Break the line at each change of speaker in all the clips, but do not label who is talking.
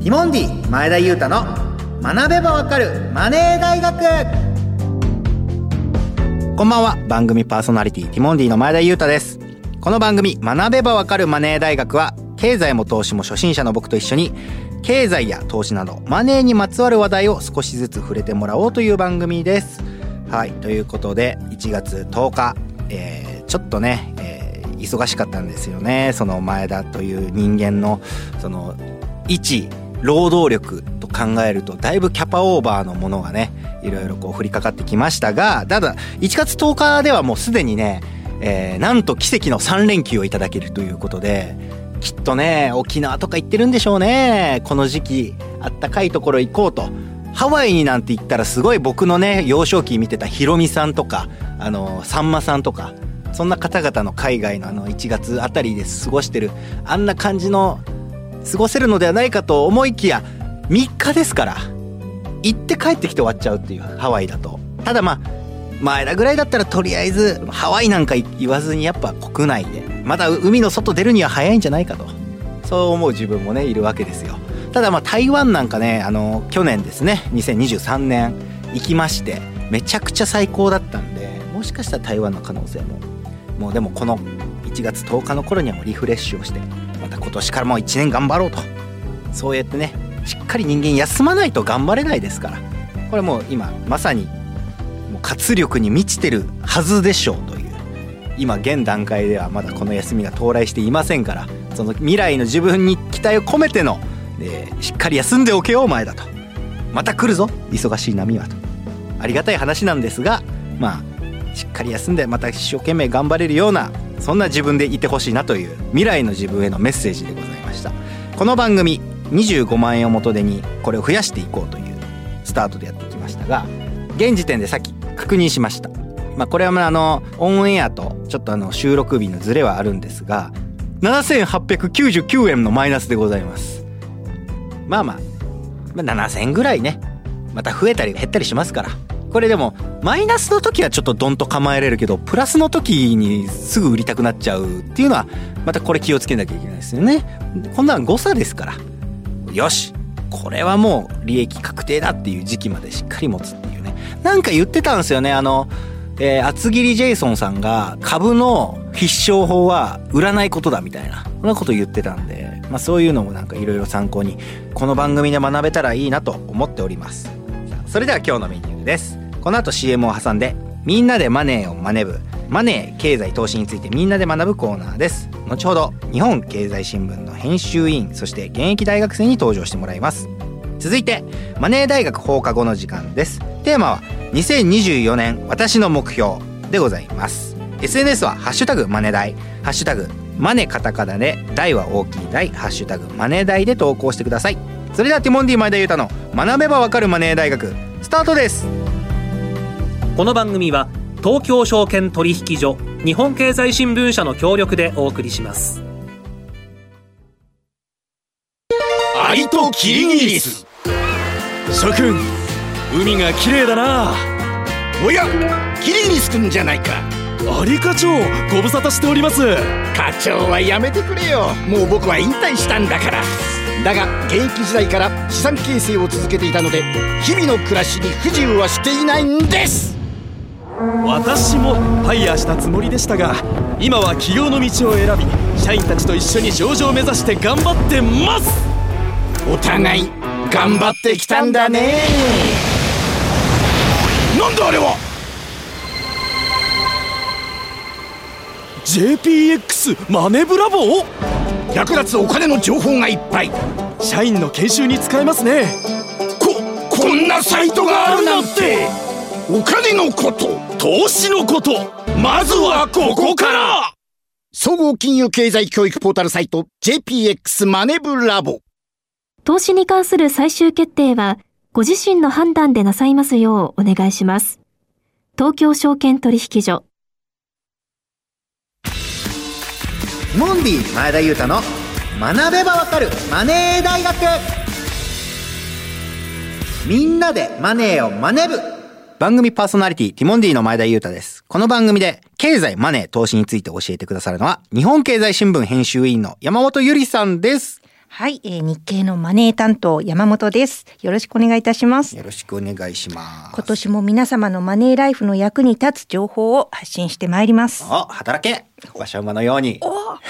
ティモンディ前田裕太の学べばわかるマネー大学。こんばんは。番組パーソナリティティモンディの前田裕太です。この番組学べばわかるマネー大学は、経済も投資も初心者の僕と一緒に経済や投資などマネーにまつわる話題を少しずつ触れてもらおうという番組です。はい、ということで1月10日、ちょっとね、忙しかったんですよね。その前田という人間のその一労働力と考えるとだいぶキャパオーバーのものがね、いろいろこう降りかかってきましたが、ただ1月10日ではもうすでにね、なんと奇跡の3連休をいただけるということで、きっとね沖縄とか行ってるんでしょうね。この時期あったかいところ行こうと。ハワイになんて言ったらすごい僕のね幼少期見てたヒロミさんとかさんまさんとか、そんな方々の海外の1月あたりで過ごしてるあんな感じの過ごせるのではないかと思いきや、3日ですから行って帰ってきて終わっちゃうっていう、ハワイだと。ただ前田ぐらいだったらとりあえずハワイなんか言わずに、やっぱ国内でまだ海の外出るには早いんじゃないかと、そう思う自分もねいるわけですよ。ただ台湾なんかね、去年ですね2023年行きまして、めちゃくちゃ最高だったんで、もしかしたら台湾の可能性もうでもこの1月10日の頃にはもうリフレッシュをして、また今年からもう1年頑張ろうと。そうやってねしっかり人間休まないと頑張れないですから、これもう今まさにもう活力に満ちてるはずでしょうという、今現段階ではまだこの休みが到来していませんから、その未来の自分に期待を込めての、しっかり休んでおけよお前だと、また来るぞ忙しい波はと、ありがたい話なんですが、しっかり休んでまた一生懸命頑張れるような、そんな自分でいてほしいなという未来の自分へのメッセージでございました。この番組25万円を元手にこれを増やしていこうというスタートでやってきましたが、現時点でさっき確認しました。これはオンエアとちょっと収録日のズレはあるんですが、7899円のマイナスでございます。7000ぐらいね、また増えたり減ったりしますから、これでもマイナスの時はちょっとドンと構えれるけど、プラスの時にすぐ売りたくなっちゃうっていうのはまたこれ気をつけなきゃいけないですよね。こんなの誤差ですから、よしこれはもう利益確定だっていう時期までしっかり持つっていうね。なんか言ってたんですよね、厚切りジェイソンさんが株の必勝法は売らないことだみたいな、そんなこと言ってたんで、そういうのもなんかいろいろ参考にこの番組で学べたらいいなと思っております。それでは今日のメニューです。この後 CM を挟んでみんなでマネーを学ぶ、マネー経済投資についてみんなで学ぶコーナーです。後ほど日本経済新聞の編集委員、そして現役大学生に登場してもらいます。続いてマネー大学放課後の時間です。テーマは2024年私の目標でございます。 SNS はハッシュタグマネ大、ハッシュタグマネカタカナで大は大きい大、ハッシュタグマネ大で投稿してください。それではティモンディ前田裕太の学べばわかるマネー大学スタートです。
この番組は東京証券取引所、日本経済新聞社の協力でお送りします。
アリとキリギリス。諸君、海が綺麗だな。
おや、キリギリス君じゃないか。
アリ課長、ご無沙汰しております。
課長はやめてくれよ。もう僕は引退したんだから。だが現役時代から資産形成を続けていたので、日々の暮らしに不自由はしていないんです。
私もファイヤーしたつもりでしたが、今は起業の道を選び、社員たちと一緒に上場を目指して頑張ってます。
お互い頑張ってきたんだね。なんだあれは。
JPX マネブラボー。
役立つお金の情報がいっぱい。
社員の研修に使えますね。
こんなサイトがあるなんて。お金のこと、
投資のこと、まずはここから。
総合金融経済教育ポータルサイト JPX マネブラボ。
投資に関する最終決定はご自身の判断でなさいますようお願いします。東京証券取引所。
ティモンディ前田裕太の学べばわかるマネー大学。みんなでマネーを学ぶ。番組パーソナリティティモンディの前田裕太です。この番組で経済、マネー、投資について教えてくださるのは日本経済新聞編集委員の山本ゆりさんです。
はい、日経のマネー担当山本です。よろしくお願いいたします。
よろしくお願いします。
今年も皆様のマネーライフの役に立つ情報を発信してまいります。
働け馬車馬のように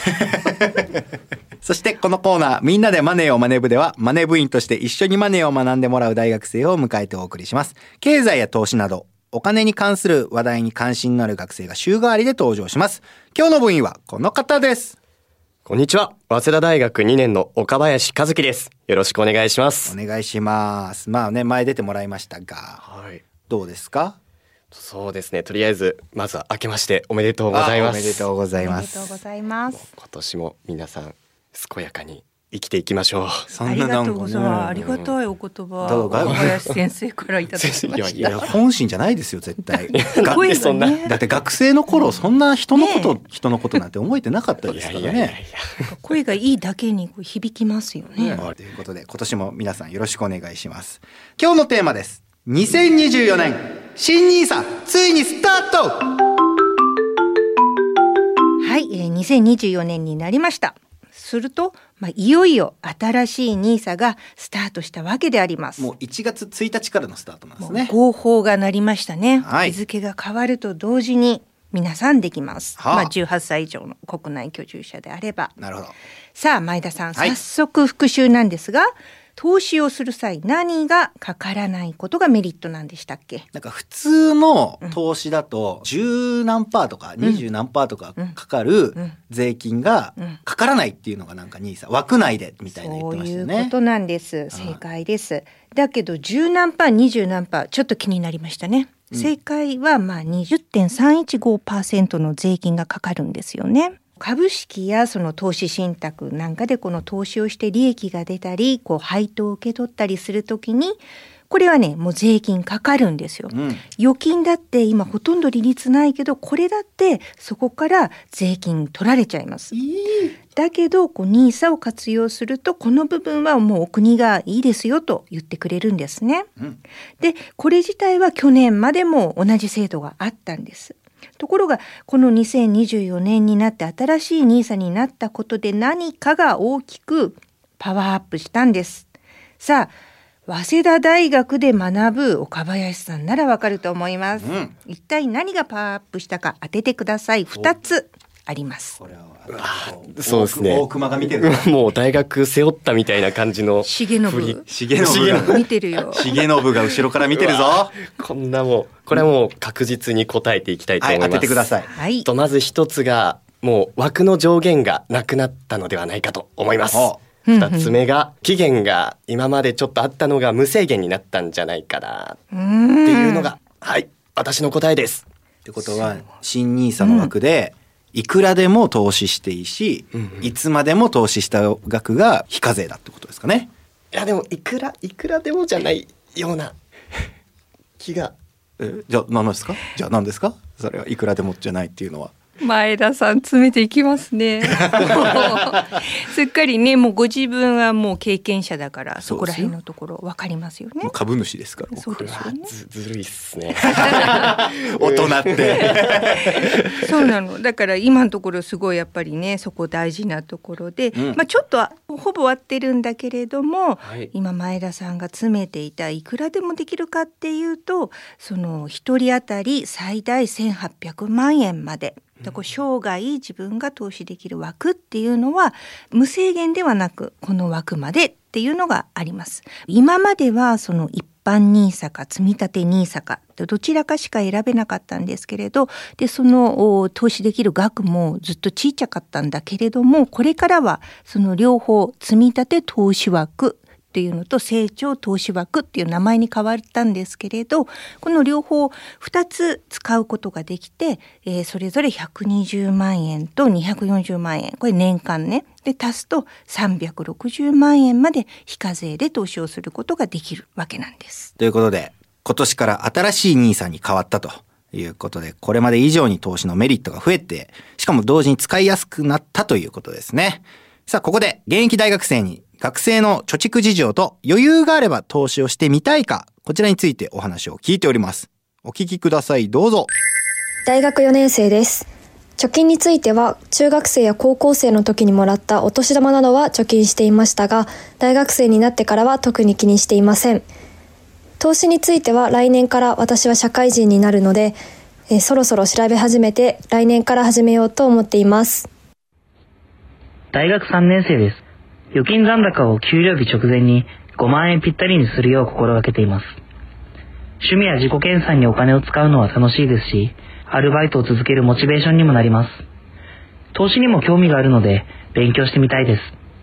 そしてこのコーナーみんなでマネーをマネ部ではマネ部員として一緒にマネーを学んでもらう大学生を迎えてお送りします。経済や投資などお金に関する話題に関心のある学生が週替わりで登場します。今日の部員はこの方です。
こんにちは。早稲田大学2年の岡林和樹です。よろしくお願いします。
お願いします。前出てもらいましたが、はい、どうですか？
そうですね。とりあえずまずは明けましておめでとうございます。
おめでとうございます。
おめでとうございます。
今年も皆さん健やかに生きていきましょう。
ありがとうございます。ありがたいお言葉。林先生からいただきました。
いや本心じゃないですよ絶対。
声がね。
だって学生の頃そんな人のことなんて思えてなかったですからね。
声がいいだけに響きますよね。
ということで今年も皆さんよろしくお願いします。今日のテーマです。2024年新NISAついにスタート。
はい、2024年になりました。すると、いよいよ新しいNISAがスタートしたわけであります。
もう1月1日からのスタートなんですね。
号砲が鳴りましたね、はい、日付が変わると同時に皆さんできます、18歳以上の国内居住者であれば。
なるほど。
さあ前田さん、早速復習なんですが、投資をする際何がかからないことがメリットなんでしたっけ？
なんか普通の投資だと10何パーとか20何パーとかかかる税金がかからないっていうのがなんかNISA枠内でみたいな言ってましたよね。
そういうことなんです。正解です。だけど10何パー20何パーちょっと気になりましたね。正解は20.315% の税金がかかるんですよね。株式やその投資信託なんかでこの投資をして利益が出たり配当を受け取ったりするときにこれはねもう税金かかるんですよ、預金だって今ほとんど利率ないけどこれだってそこから税金取られちゃいます、だけどNISAを活用するとこの部分はもうお国がいいですよと言ってくれるんですね、でこれ自体は去年までも同じ制度があったんです。ところがこの2024年になって新しいNISAになったことで何かが大きくパワーアップしたんです。さあ早稲田大学で学ぶ岡林さんならわかると思います、一体何がパワーアップしたか当ててください。2つあります。
これはそうですね。
大熊が見てる。
もう大学背負ったみたいな感じの
重信が見てるよ。
重信が後ろから見てるぞ。
こんなこれはもう確実に答えていきたいと思います。
当ててください。
はい。
まず一つがもう枠の上限がなくなったのではないかと思います。二つ目が期限が今までちょっとあったのが無制限になったんじゃないかなっていうのが私の答えです。
ってことは新NISAの枠でいくらでも投資していいし、いつまでも投資した額が非課税だってことですかね。
いやでもいくらでもじゃないような気が。
じゃあ何ですか？それはいくらでもじゃないっていうのは。
前田さん詰めていきますねすっかりねもうご自分はもう経験者だからそこら辺のところ分かりますよね。
株主ですから。
そうですよね。
ずるいっすね
大人って
そうなの。だから今のところすごいやっぱりねそこ大事なところで、ちょっとほぼ合ってるんだけれども、今前田さんが詰めていたいくらでもできるかっていうとその一人当たり最大1800万円まで生涯自分が投資できる枠っていうのは無制限ではなくこの枠までっていうのがあります。今まではその一般NISAか積立NISAかどちらかしか選べなかったんですけれど、でその投資できる額もずっと小さかったんだけれども、これからはその両方積立投資枠っていうのと成長投資枠っていう名前に変わったんですけれど、この両方2つ使うことができて、それぞれ120万円と240万円、これ年間ねで足すと360万円まで非課税で投資をすることができるわけなんです。
ということで今年から新しいNISAに変わったということで、これまで以上に投資のメリットが増えて、しかも同時に使いやすくなったということですね。さあここで現役大学生に学生の貯蓄事情と余裕があれば投資をしてみたいか、こちらについてお話を聞いております。お聞きください、どうぞ。
大学4年生です。 貯金については中学生や高校生の時にもらったお年玉などは貯金していましたが、大学生になってからは特に気にしていません。投資については来年から私は社会人になるので、そろそろ調べ始めて来年から始めようと思っています。
大学3年生です。預金残高を給料日直前に5万円ぴったりにするよう心がけています。趣味や自己研鑽にお金を使うのは楽しいですし、アルバイトを続けるモチベーションにもなります。投資にも興味があるので勉強してみたいです。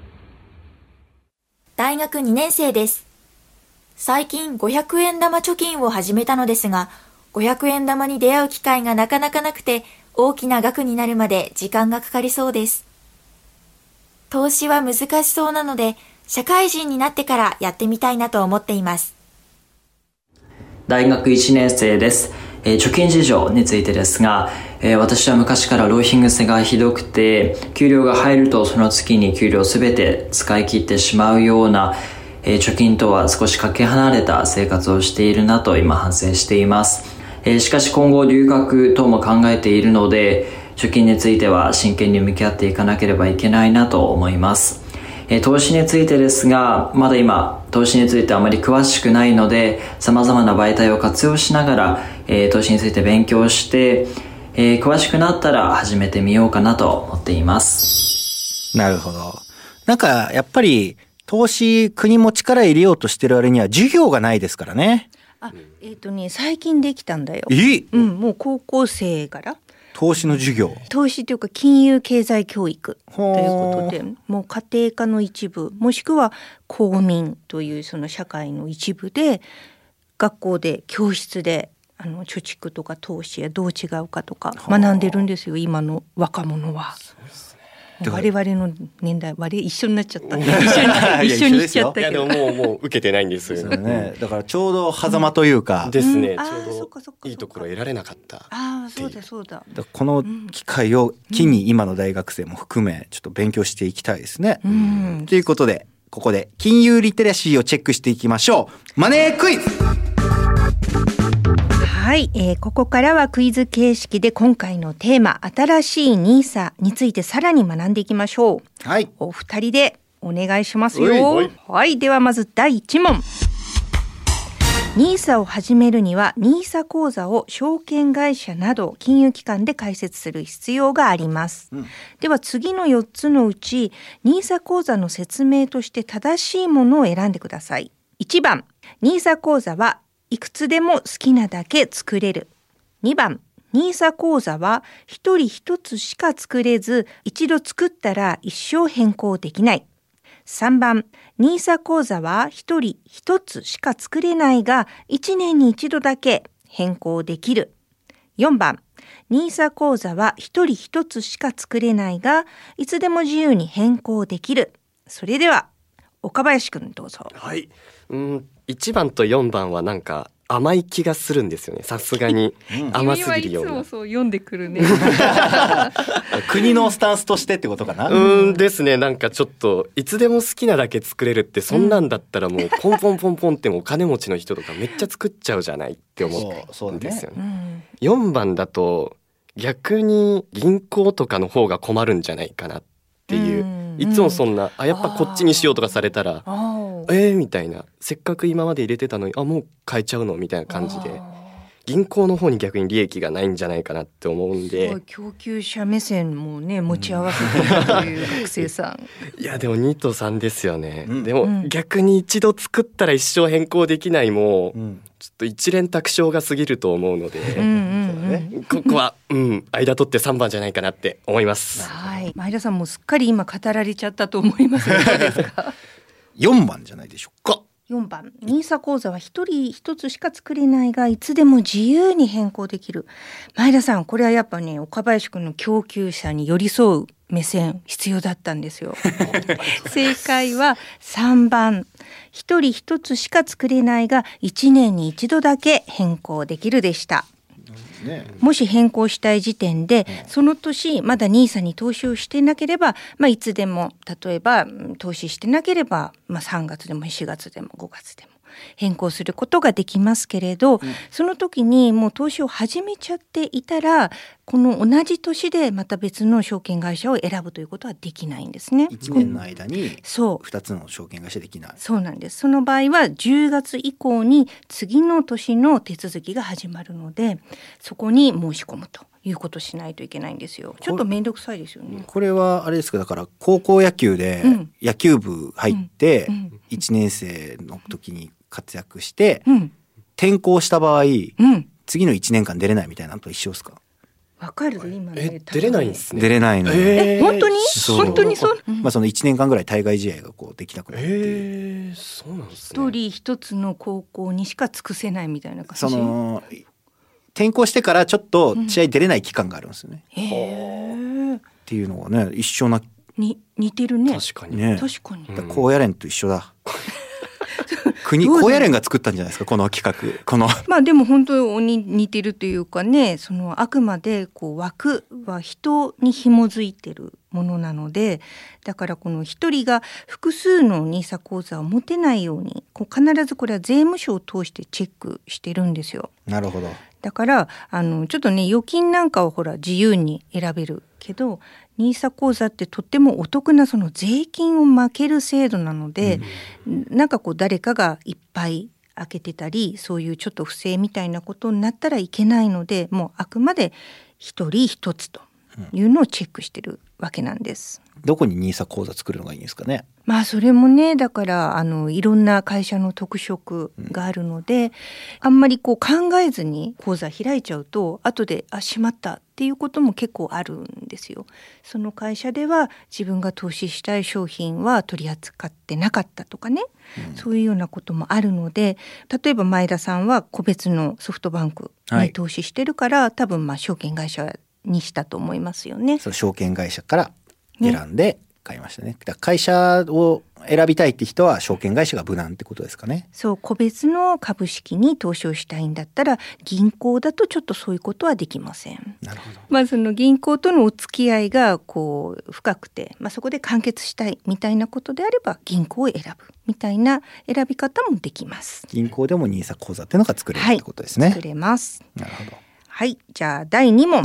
大学2年生です。最近500円玉貯金を始めたのですが、500円玉に出会う機会がなかなかなくて、大きな額になるまで時間がかかりそうです。投資は難しそうなので、社会人になってからやってみたいなと思っています。
大学1年生です。貯金事情についてですが、私は昔から浪費癖がひどくて、給料が入るとその月に給料すべて使い切ってしまうような、貯金とは少しかけ離れた生活をしているなと今反省しています。しかし今後留学等も考えているので、貯金については真剣に向き合っていかなければいけないなと思います。投資についてですが、まだ今投資についてあまり詳しくないので、様々な媒体を活用しながら、投資について勉強して、詳しくなったら始めてみようかなと思っています。
なるほど。なんかやっぱり投資国も力入れようとしてる割には授業がないですからね。
最近できたんだよ。もう高校生から
投資の授業、
投資というか金融経済教育ということで、もう家庭科の一部もしくは公民というその社会の一部で学校で教室で貯蓄とか投資やどう違うかとか学んでるんですよ、今の若者は。我々の年代、一緒になっちゃった一緒にしちゃったけど、
いやでももう受けてないんですよ
ね。だからちょうど狭間というか、
ですね。ちょうどいいところ得られなかった。
そうだ。
この機会を機に今の大学生も含めちょっと勉強していきたいですね。ということでここで金融リテラシーをチェックしていきましょう。マネークイズ。
はい、ここからはクイズ形式で今回のテーマ、新しい NISA についてさらに学んでいきましょう。
はい。
お二人でお願いしますよ。はい、ではまず第1問。NISA を始めるには NISA 口座を証券会社など金融機関で開設する必要があります。では次の4つのうち NISA 口座の説明として正しいものを選んでください。1番、NISA 口座はいくつでも好きなだけ作れる。2番、NISA 口座は一人一つしか作れず、一度作ったら一生変更できない。3番、NISA 口座は一人一つしか作れないが、1年に一度だけ変更できる。4番、NISA 口座は一人一つしか作れないが、いつでも自由に変更できる。それでは、岡林くんどうぞ。
はい。1番と4番はなんか甘い気がするんですよね。さすがに甘すぎるような。
君はいつもそう読んでくるね。
国のスタンスとしてってことかな。
ですね。なんかちょっといつでも好きなだけ作れるって、そんなんだったらもうポンポンポンポンってもお金持ちの人とかめっちゃ作っちゃうじゃないって思うんですよね。4番だと逆に銀行とかの方が困るんじゃないかなっていう。いつもそんなやっぱこっちにしようとかされたらみたいな、せっかく今まで入れてたのにもう変えちゃうのみたいな感じで、銀行の方に逆に利益がないんじゃないかなって思うんで、
すごい供給者目線もね持ち合わせてるという学生さん。
いやでも2と3ですよね。でも逆に一度作ったら一生変更できないも、ちょっと一連卓上が過ぎると思うので、ここは間取って3番じゃないかなって思います。
はい、前田さんもすっかり今語られちゃったと思いますが、いかがですか。
4番じゃないでしょうか。
4番、NISA 口座は一人一つしか作れないがいつでも自由に変更できる。前田さん、これはやっぱね、岡林くんの供給者に寄り添う目線必要だったんですよ。正解は3番、一人一つしか作れないが1年に一度だけ変更できるでした。もし変更したい時点でその年まだ NISA に投資をしてなければ、いつでも例えば投資してなければ、3月でも4月でも5月でも変更することができますけれど、その時にもう投資を始めちゃっていたら、この同じ年でまた別の証券会社を選ぶということはできないんですね。
1年の間に2つの証券会社できない。
そうなんです。その場合は10月以降に次の年の手続きが始まるので、そこに申し込むということをしないといけないんですよ。ちょっと面倒くさいですよね。
これはあれですか、だから高校野球で野球部入って1年生の時に活躍して転校した場合、次の1年間出れないみたいなのと一緒ですか？
わかる今ね。
出れないんですね。
出れないの。
本当に？本当にそう。
その1年間ぐらい対外試合がこうできなくなって。
そうなんです
ね。一人一つの高校にしか尽くせないみたいな感じ。
その転校してからちょっと試合出れない期間があるんですよね。っていうのがね、一緒な。
似てるね。
確かに。
ね。
確かに。
高野連と一緒だ。高野連が作ったんじゃないですか、この企画。
まあでも本当に似てるというかね、そのあくまでこう枠は人に紐づいてるものなので、だからこの一人が複数のNISA口座を持てないように、こう必ずこれは税務署を通してチェックしてるんですよ。
なるほど。
だからちょっとね、預金なんかはほら自由に選べるけど、NISA口座ってとってもお得なその税金を負ける制度なので、なんかこう誰かがいっぱい開けてたり、そういうちょっと不正みたいなことになったらいけないので、もうあくまで一人一つというのをチェックしてるわけなんです。
どこにNISA口座作るのがいいんですかね？
まあそれもね、だからいろんな会社の特色があるので、あんまりこう考えずに口座開いちゃうと、後でしまったっていうことも結構あるんですよ。その会社では自分が投資したい商品は取り扱ってなかったとかね、そういうようなこともあるので、例えば前田さんは個別のソフトバンクに投資してるから、多分証券会社にしたと思いますよね。
そう、証券会社から選んで買いましたね。だから会社を選びたいって人は証券会社が無難ってことですかね。
そう、個別の株式に投資をしたいんだったら、銀行だとちょっとそういうことはできません。
なるほど。
まあその銀行とのお付き合いがこう深くて、そこで完結したいみたいなことであれば銀行を選ぶみたいな選び方もできます。
銀行でもNISA口座っていうのが作れるってことですね。
作れます。
なるほど。
はい、じゃあ第2問。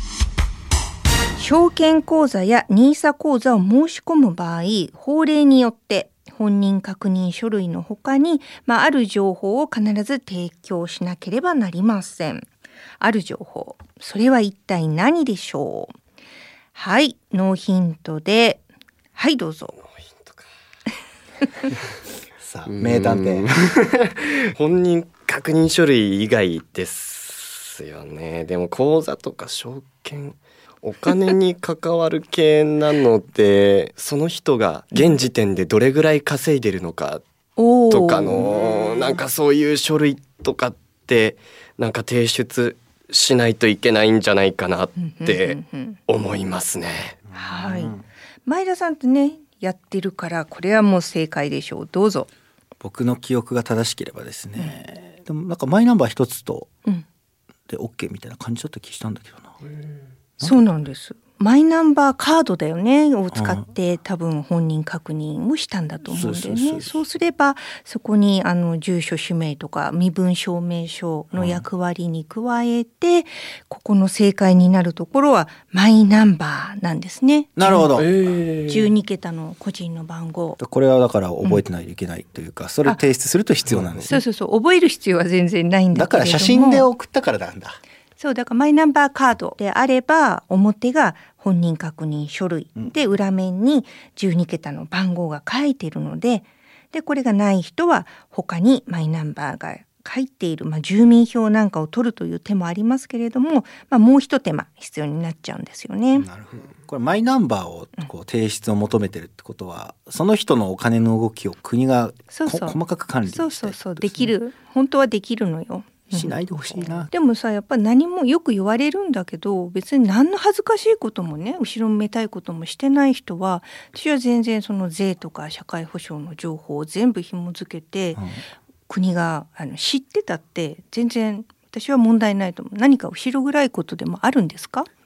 証券口座やNISA口座を申し込む場合、法令によって本人確認書類の他に、ある情報を必ず提供しなければなりません。ある情報、それは一体何でしょう？はい、ノーヒントで、はいどうぞ。
ノーヒントか。
さあ、名探偵。
本人確認書類以外ですよね。でも口座とか証券、お金に関わる系なので、その人が現時点でどれぐらい稼いでるのかとかの、なんかそういう書類とかってなんか提出しないといけないんじゃないかなって思いますね。
はい。前田さんとねやってるから、これはもう正解でしょう。どうぞ。
僕の記憶が正しければですね、でもなんかマイナンバー一つとで OK みたいな感じだった気したんだけどな。
そうなんです。マイナンバーカードだよねを使って多分本人確認をしたんだと思うんだよね。そうすればそこに住所氏名とか身分証明書の役割に加えて、ここの正解になるところはマイナンバーなんですね。
なるほど。
12桁の個人の番号。
これはだから覚えてないといけないというか、それを提出すると必要なんですね。
そう覚える必要は全然ないんだけれども。
だから写真で送ったからなんだ。
そうだからマイナンバーカードであれば、表が本人確認書類で、裏面に12桁の番号が書いているので、これがない人は他にマイナンバーが書いている、住民票なんかを取るという手もありますけれども、もう一手間必要になっちゃうんですよね。
なるほど。これマイナンバーを提出を求めてるってことは、その人のお金の動きを国が細かく管理してるってことですね。
できる、本当はできるのよ。
しないでほしいな。
でもさ、やっぱり何もよく言われるんだけど、別に何の恥ずかしいこともね、後ろめたいこともしてない人は、私は全然その税とか社会保障の情報を全部紐付けて、国が知ってたって全然私は問題ないと思う。何か後ろ暗いことでもあるんですか？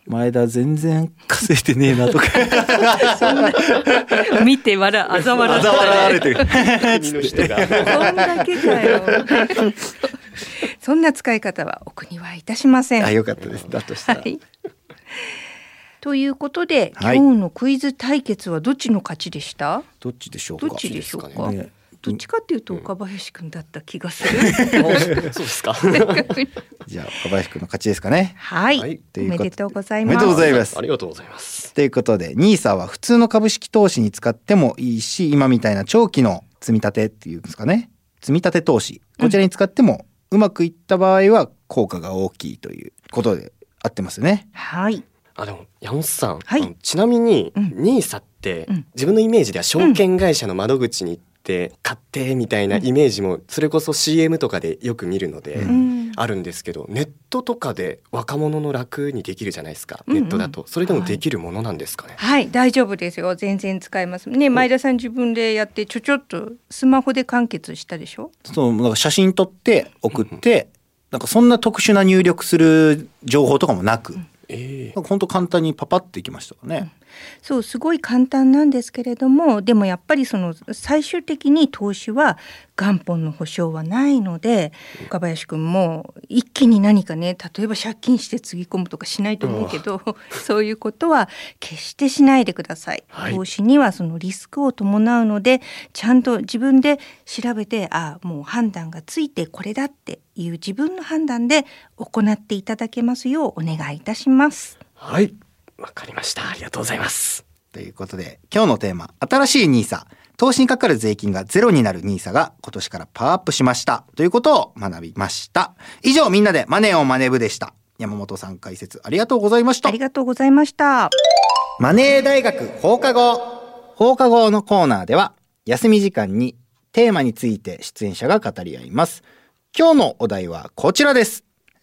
前田全然稼いでねえなとか
そんな見てあざ笑
れてる
国の人が
そんだけかよそんな使い方はお国はいたしません。
よかったです。だとしたら、
はい、ということで、
はい、
今日のクイズ対決はどっちの勝ちでした？
どっちでしょうか。
どっちでしょうか、
ね、
どっちかっていうと岡林くんだった気がする
そうですか
じゃあ岡林くんの勝ちですかね。
はい、
はい、
おめでとうございます。
おめでとうございます。
ありがとうございます。
ということで NISA は普通の株式投資に使ってもいいし、今みたいな長期の積み立てっていうんですかね、積み立て投資、こちらに使ってもうまくいった場合は効果が大きいということで合ってますよね。
はい。
でも山本さん、
はい、
ちなみに NISA って、自分のイメージでは証券会社の窓口に行って買ってみたいなイメージもそれこそ CM とかでよく見るのであるんですけど、ネットとかで若者の楽にできるじゃないですか、ネットだと。それでもできるものなんですかね。
はい、大丈夫ですよ。全然使えますね。前田さん自分でやってちょっとスマホで完結したでしょ。
そう、なんか写真撮って送って、なんかそんな特殊な入力する情報とかもなく、本当簡単にパパッといきましたね。
そうすごい簡単なんですけれども、でもやっぱりその最終的に投資は元本の保証はないので、岡林くんも一気に何かね、例えば借金してつぎ込むとかしないと思うけどそういうことは決してしないでください、はい、投資にはそのリスクを伴うので、ちゃんと自分で調べて、もう判断がついてこれだっていう自分の判断で行っていただけますようお願いいたします。
はい、わかりました。ありがとうございます。
ということで今日のテーマ、新しい NISA、 投資にかかる税金がゼロになる NISA が今年からパワーアップしましたということを学びました。以上、みんなでマネーをマネブでした。山本さん解説ありがとうございました。
ありがとうございました。
マネー大学放課後のコーナーでは休み時間にテーマについて出演者が語り合います。今日のお題はこちらです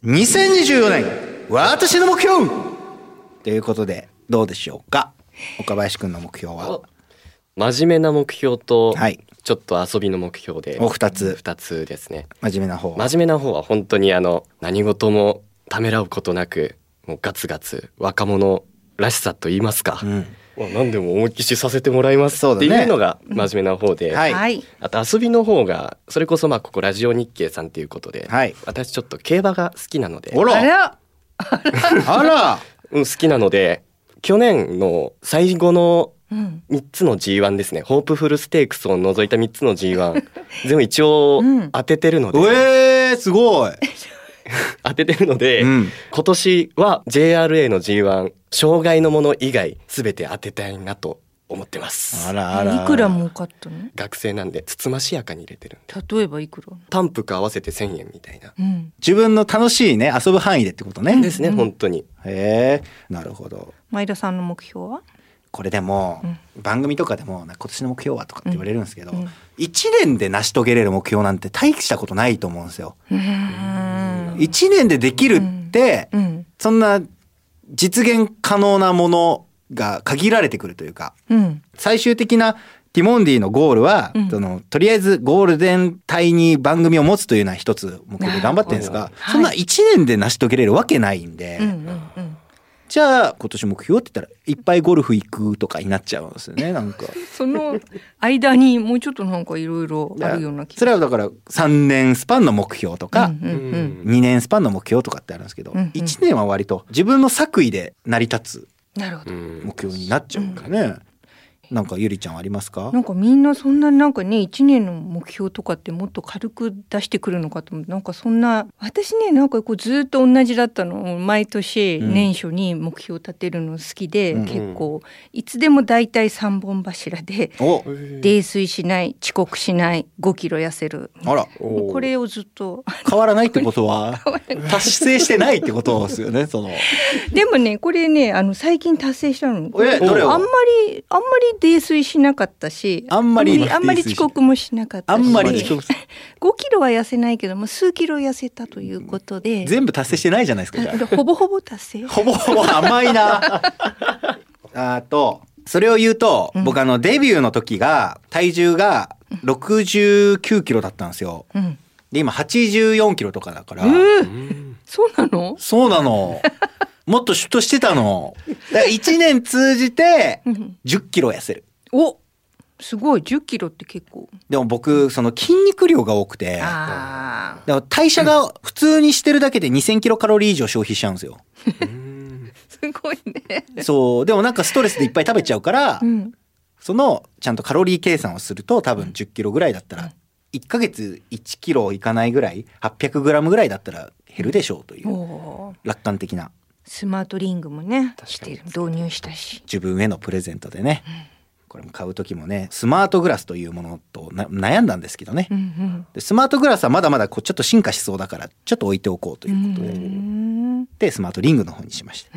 。2024年私の目標ということで、どうでしょうか。岡林くんの目標は？
真面目な目標と、ちょっと遊びの目標で2つですね。
真面目な方
は本当に何事もためらうことなく、もうガツガツ若者らしさと言いますか、何でも思いっきしさせてもらいますっていうのが真面目な方で、あと遊びの方がそれこそここラジオ日経さんっていうことで、私ちょっと競馬が好きなので、
あら
好きなので、去年の最後の3つの G1 ですね、ホープフルステークスを除いた3つの G1 全部一応当ててるので、
すごい
当ててるので、今年は JRA の G1 障害のもの以外全て当てたいなと思ってます。
あらいくら儲かったの？
学生なんでつつましやかに入れてるんで。
例えばいくら？
単服合わせて1000円みたいな、
自分の楽しいね、遊ぶ範囲でってことね。
ですね、本当に。
へえ、なるほど。
前田さんの目標は？
これでも、番組とかでも今年の目標はとかって言われるんですけど、1年で成し遂げれる目標なんて大したことないと思うんですよ。1年でできるって、そんな実現可能なものが限られてくるというか、最終的なティモンディのゴールは、とりあえずゴールデン帯に番組を持つというのは一つ目標で頑張ってるんですが、そんな1年で成し遂げれるわけないんで、じゃあ今年目標って言ったらいっぱいゴルフ行くとかになっちゃうんですよね。なんか
その間にもうちょっとなんかいろいろあるような気が。
それはだから3年スパンの目標とか、2年スパンの目標とかってあるんですけど、1年は割と自分の作為で成り立つ目標になっちゃうからね。なんかゆりちゃんありますか？
なんかみんなそんななんかね、1年の目標とかってもっと軽く出してくるのかと思って、なんかそんな、私ね、なんかこうずっと同じだったの。毎年年初に目標を立てるの好きで、結構いつでもだいたい3本柱で、泥酔しない、遅刻しない、5キロ痩せる。
あら、
これをずっと
変わらないってことは達成してないってことですよね。
でもね、これね、最近達成したの。
どれを？
あんまり泥酔しなかったし、あんまり遅刻もしなかったし、5キロは痩せないけども数キロ痩せたということで、
全部達成してないじゃないですか。じゃ
あほぼほぼ達成。
ほぼほぼ甘いな。あとそれを言うと、僕デビューの時が体重が69キロだったんですよ。で今84キロとかだから。
そうなの？
そうなの。 もっとシュッとしてたの。だから1年通じて10キロ痩せる。
お、すごい。10キロって結構。
でも僕その筋肉量が多くて、だから代謝が普通にしてるだけで2000キロカロリー以上消費しちゃうんですよ。
すごいね。
そう。でもなんかストレスでいっぱい食べちゃうから、そのちゃんとカロリー計算をすると多分10キロぐらいだったら、1ヶ月1キロいかないぐらい、800グラムぐらいだったら減るでしょうという楽観的な。
スマートリングもね、導入したし。
自分へのプレゼントでね。これも買う時もね、スマートグラスというものと悩んだんですけどね、でスマートグラスはまだまだちょっと進化しそうだからちょっと置いておこうということで、スマートリングの方にしました。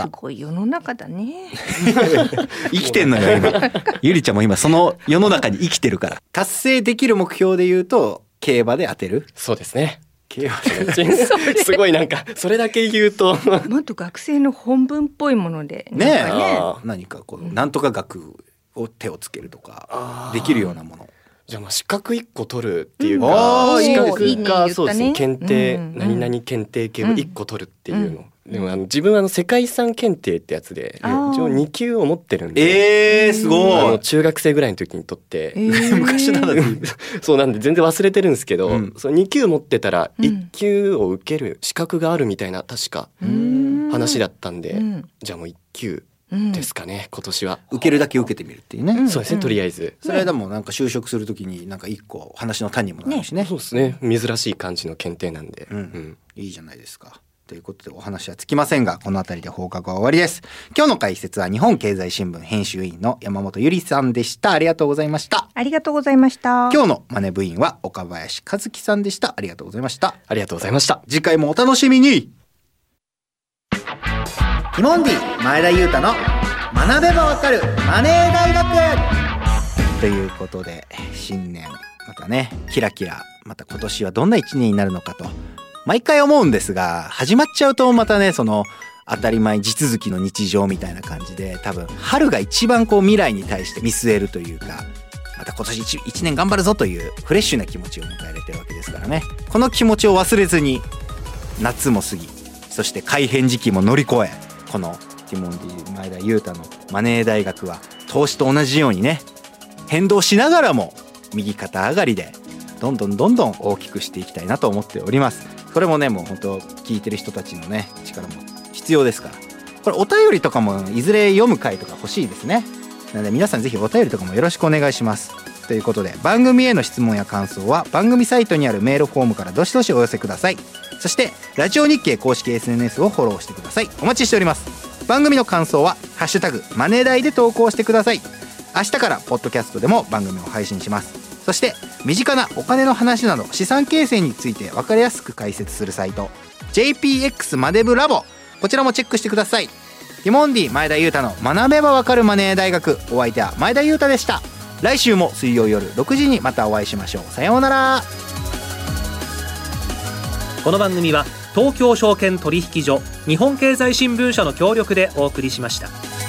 すごい世の中だね。
生きてんのよ今。ゆりちゃんも今その世の中に生きてるから。達成できる目標で言うと競馬で当てる。
そうですね。競馬ですごいなんかそれだけ言うと
もっと学生の本文っぽいもので
ね、何かこうなんとか学を手をつけるとかできるようなもの。
じゃあ資格1個取るっていうか、資格かそうですね、検定、何々検定系を1個取るっていうの。でも自分は世界遺産検定ってやつで一応2級を持ってるんで、
すごい。
中学生ぐらいの時に取って、
昔なのに
そうなんで全然忘れてるんですけど、その2級持ってたら1級を受ける資格があるみたいな確か話だったんで、じゃあもう1級ですかね、今年は
受けるだけ受けてみるっていうね。
そうですね、とりあえず。
それでもなんか就職するときになんか1個話の種にもなるしね。
そうですね、珍しい感じの検定なんで、
いいじゃないですか。ということでお話はつきませんが、このあたりで放課後は終わりです。今日の解説は日本経済新聞編集員の山本ゆりさんでした。ありがとうございました。
ありがとうございました。
今日のマネ部員は岡林和樹さんでした。ありがとうございました。
ありがとうございました。
次回もお楽しみに。ティモンディ前田裕太の学べばわかるマネー大学ということで、新年またねキラキラ、また今年はどんな一年になるのかと毎回思うんですが、始まっちゃうとまたね、その当たり前地続きの日常みたいな感じで、多分春が一番こう未来に対して見据えるというか、また今年一年頑張るぞというフレッシュな気持ちを迎えれてるわけですからね。この気持ちを忘れずに夏も過ぎ、そして改変時期も乗り越え、このティモンディ前田裕太のマネー大学は投資と同じようにね、変動しながらも右肩上がりでどんどん大きくしていきたいなと思っております。これもね、もう本当聞いてる人たちのね力も必要ですから、これお便りとかもいずれ読む回とか欲しいですね。なので皆さんぜひお便りとかもよろしくお願いします。ということで、番組への質問や感想は番組サイトにあるメールフォームからどしどしお寄せください。そしてラジオ日経公式 SNS をフォローしてください。お待ちしております。番組の感想はハッシュタグマネ大で投稿してください。明日からポッドキャストでも番組を配信します。そして身近なお金の話など資産形成について分かりやすく解説するサイト JPX マネブラボ、こちらもチェックしてください。ティモンディ前田裕太の学べばわかるマネー大学、お相手は前田裕太でした。来週も水曜夜6時にまたお会いしましょう。さようなら。
この番組は東京証券取引所、日本経済新聞社の協力でお送りしました。